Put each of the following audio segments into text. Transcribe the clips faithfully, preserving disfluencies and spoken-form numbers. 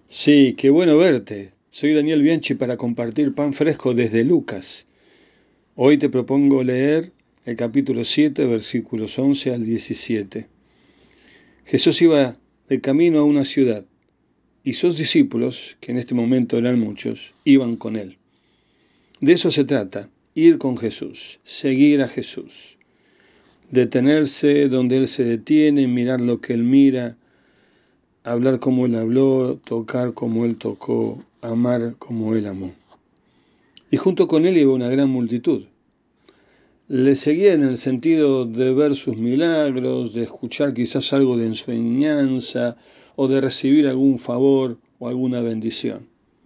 Sí, qué bueno verte. Soy Daniel Bianchi para compartir pan fresco desde Lucas. Hoy te propongo leer el capítulo siete, versículos once al diecisiete. Jesús iba de camino a una ciudad y sus discípulos, que en este momento eran muchos, iban con él. De eso se trata, ir con Jesús, seguir a Jesús, detenerse donde Él se detiene, mirar lo que Él mira, hablar como Él habló, tocar como Él tocó, amar como Él amó. Y junto con Él iba una gran multitud. Le seguía en el sentido de ver sus milagros, de escuchar quizás algo de enseñanza o de recibir algún favor o alguna bendición.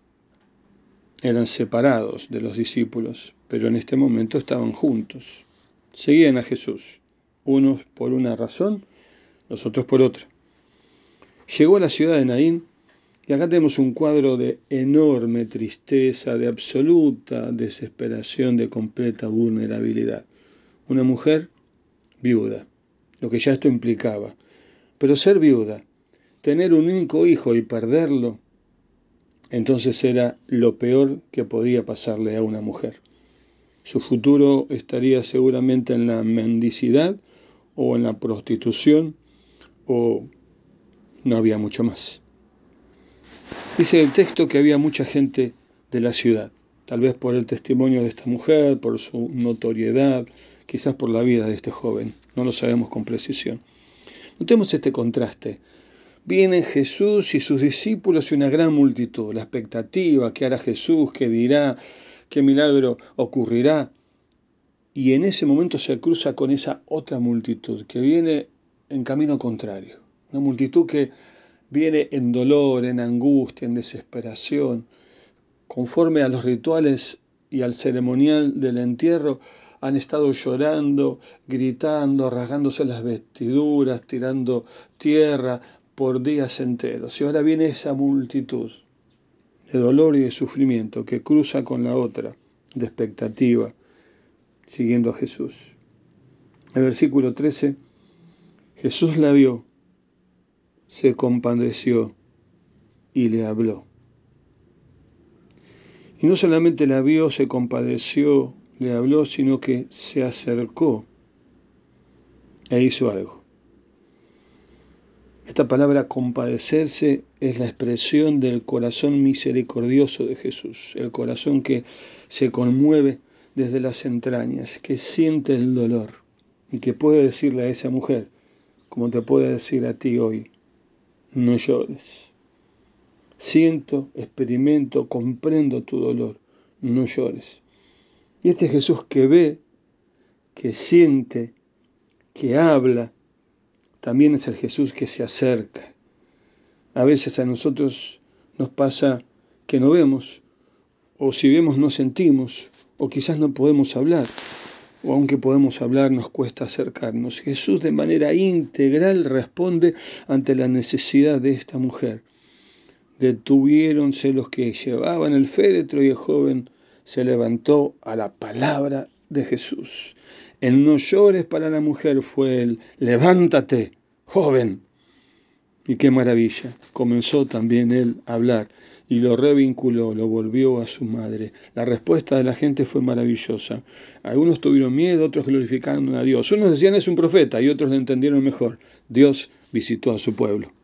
Eran separados de los discípulos, pero en este momento estaban juntos. Seguían a Jesús, unos por una razón, los otros por otra. Llegó a la ciudad de Naín y acá tenemos un cuadro de enorme tristeza, de absoluta desesperación, de completa vulnerabilidad. Una mujer viuda, lo que ya esto implicaba. Pero ser viuda, tener un único hijo y perderlo, entonces era lo peor que podía pasarle a una mujer. Su futuro estaría seguramente en la mendicidad o en la prostitución o no había mucho más. Dice el texto que había mucha gente de la ciudad, tal vez por el testimonio de esta mujer, por su notoriedad, quizás por la vida de este joven, no lo sabemos con precisión. Notemos este contraste. Vienen Jesús y sus discípulos y una gran multitud, la expectativa, qué hará Jesús, qué dirá, qué milagro ocurrirá. Y en ese momento se cruza con esa otra multitud que viene en camino contrario, una multitud que viene en dolor, en angustia, en desesperación, conforme a los rituales y al ceremonial del entierro, han estado llorando, gritando, rasgándose las vestiduras, tirando tierra por días enteros. Y ahora viene esa multitud de dolor y de sufrimiento que cruza con la otra, de expectativa, siguiendo a Jesús. El versículo trece, Jesús la vio, se compadeció y le habló. Y no solamente la vio, se compadeció, le habló, sino que se acercó e hizo algo. Esta palabra compadecerse es la expresión del corazón misericordioso de Jesús, el corazón que se conmueve desde las entrañas, que siente el dolor y que puede decirle a esa mujer, como te puede decir a ti hoy, no llores. Siento, experimento, comprendo tu dolor, no llores. Y este Jesús que ve, que siente, que habla, también es el Jesús que se acerca. A veces a nosotros nos pasa que no vemos, o si vemos no sentimos, o quizás no podemos hablar, o aunque podemos hablar nos cuesta acercarnos. Jesús de manera integral responde ante la necesidad de esta mujer. Detuviéronse los que llevaban el féretro y el joven se levantó a la palabra de Jesús. El no llores para la mujer fue el levántate, joven. Y qué maravilla. Comenzó también él a hablar y lo revinculó, lo volvió a su madre. La respuesta de la gente fue maravillosa. Algunos tuvieron miedo, otros glorificaron a Dios. Unos decían es un profeta y otros lo entendieron mejor. Dios visitó a su pueblo.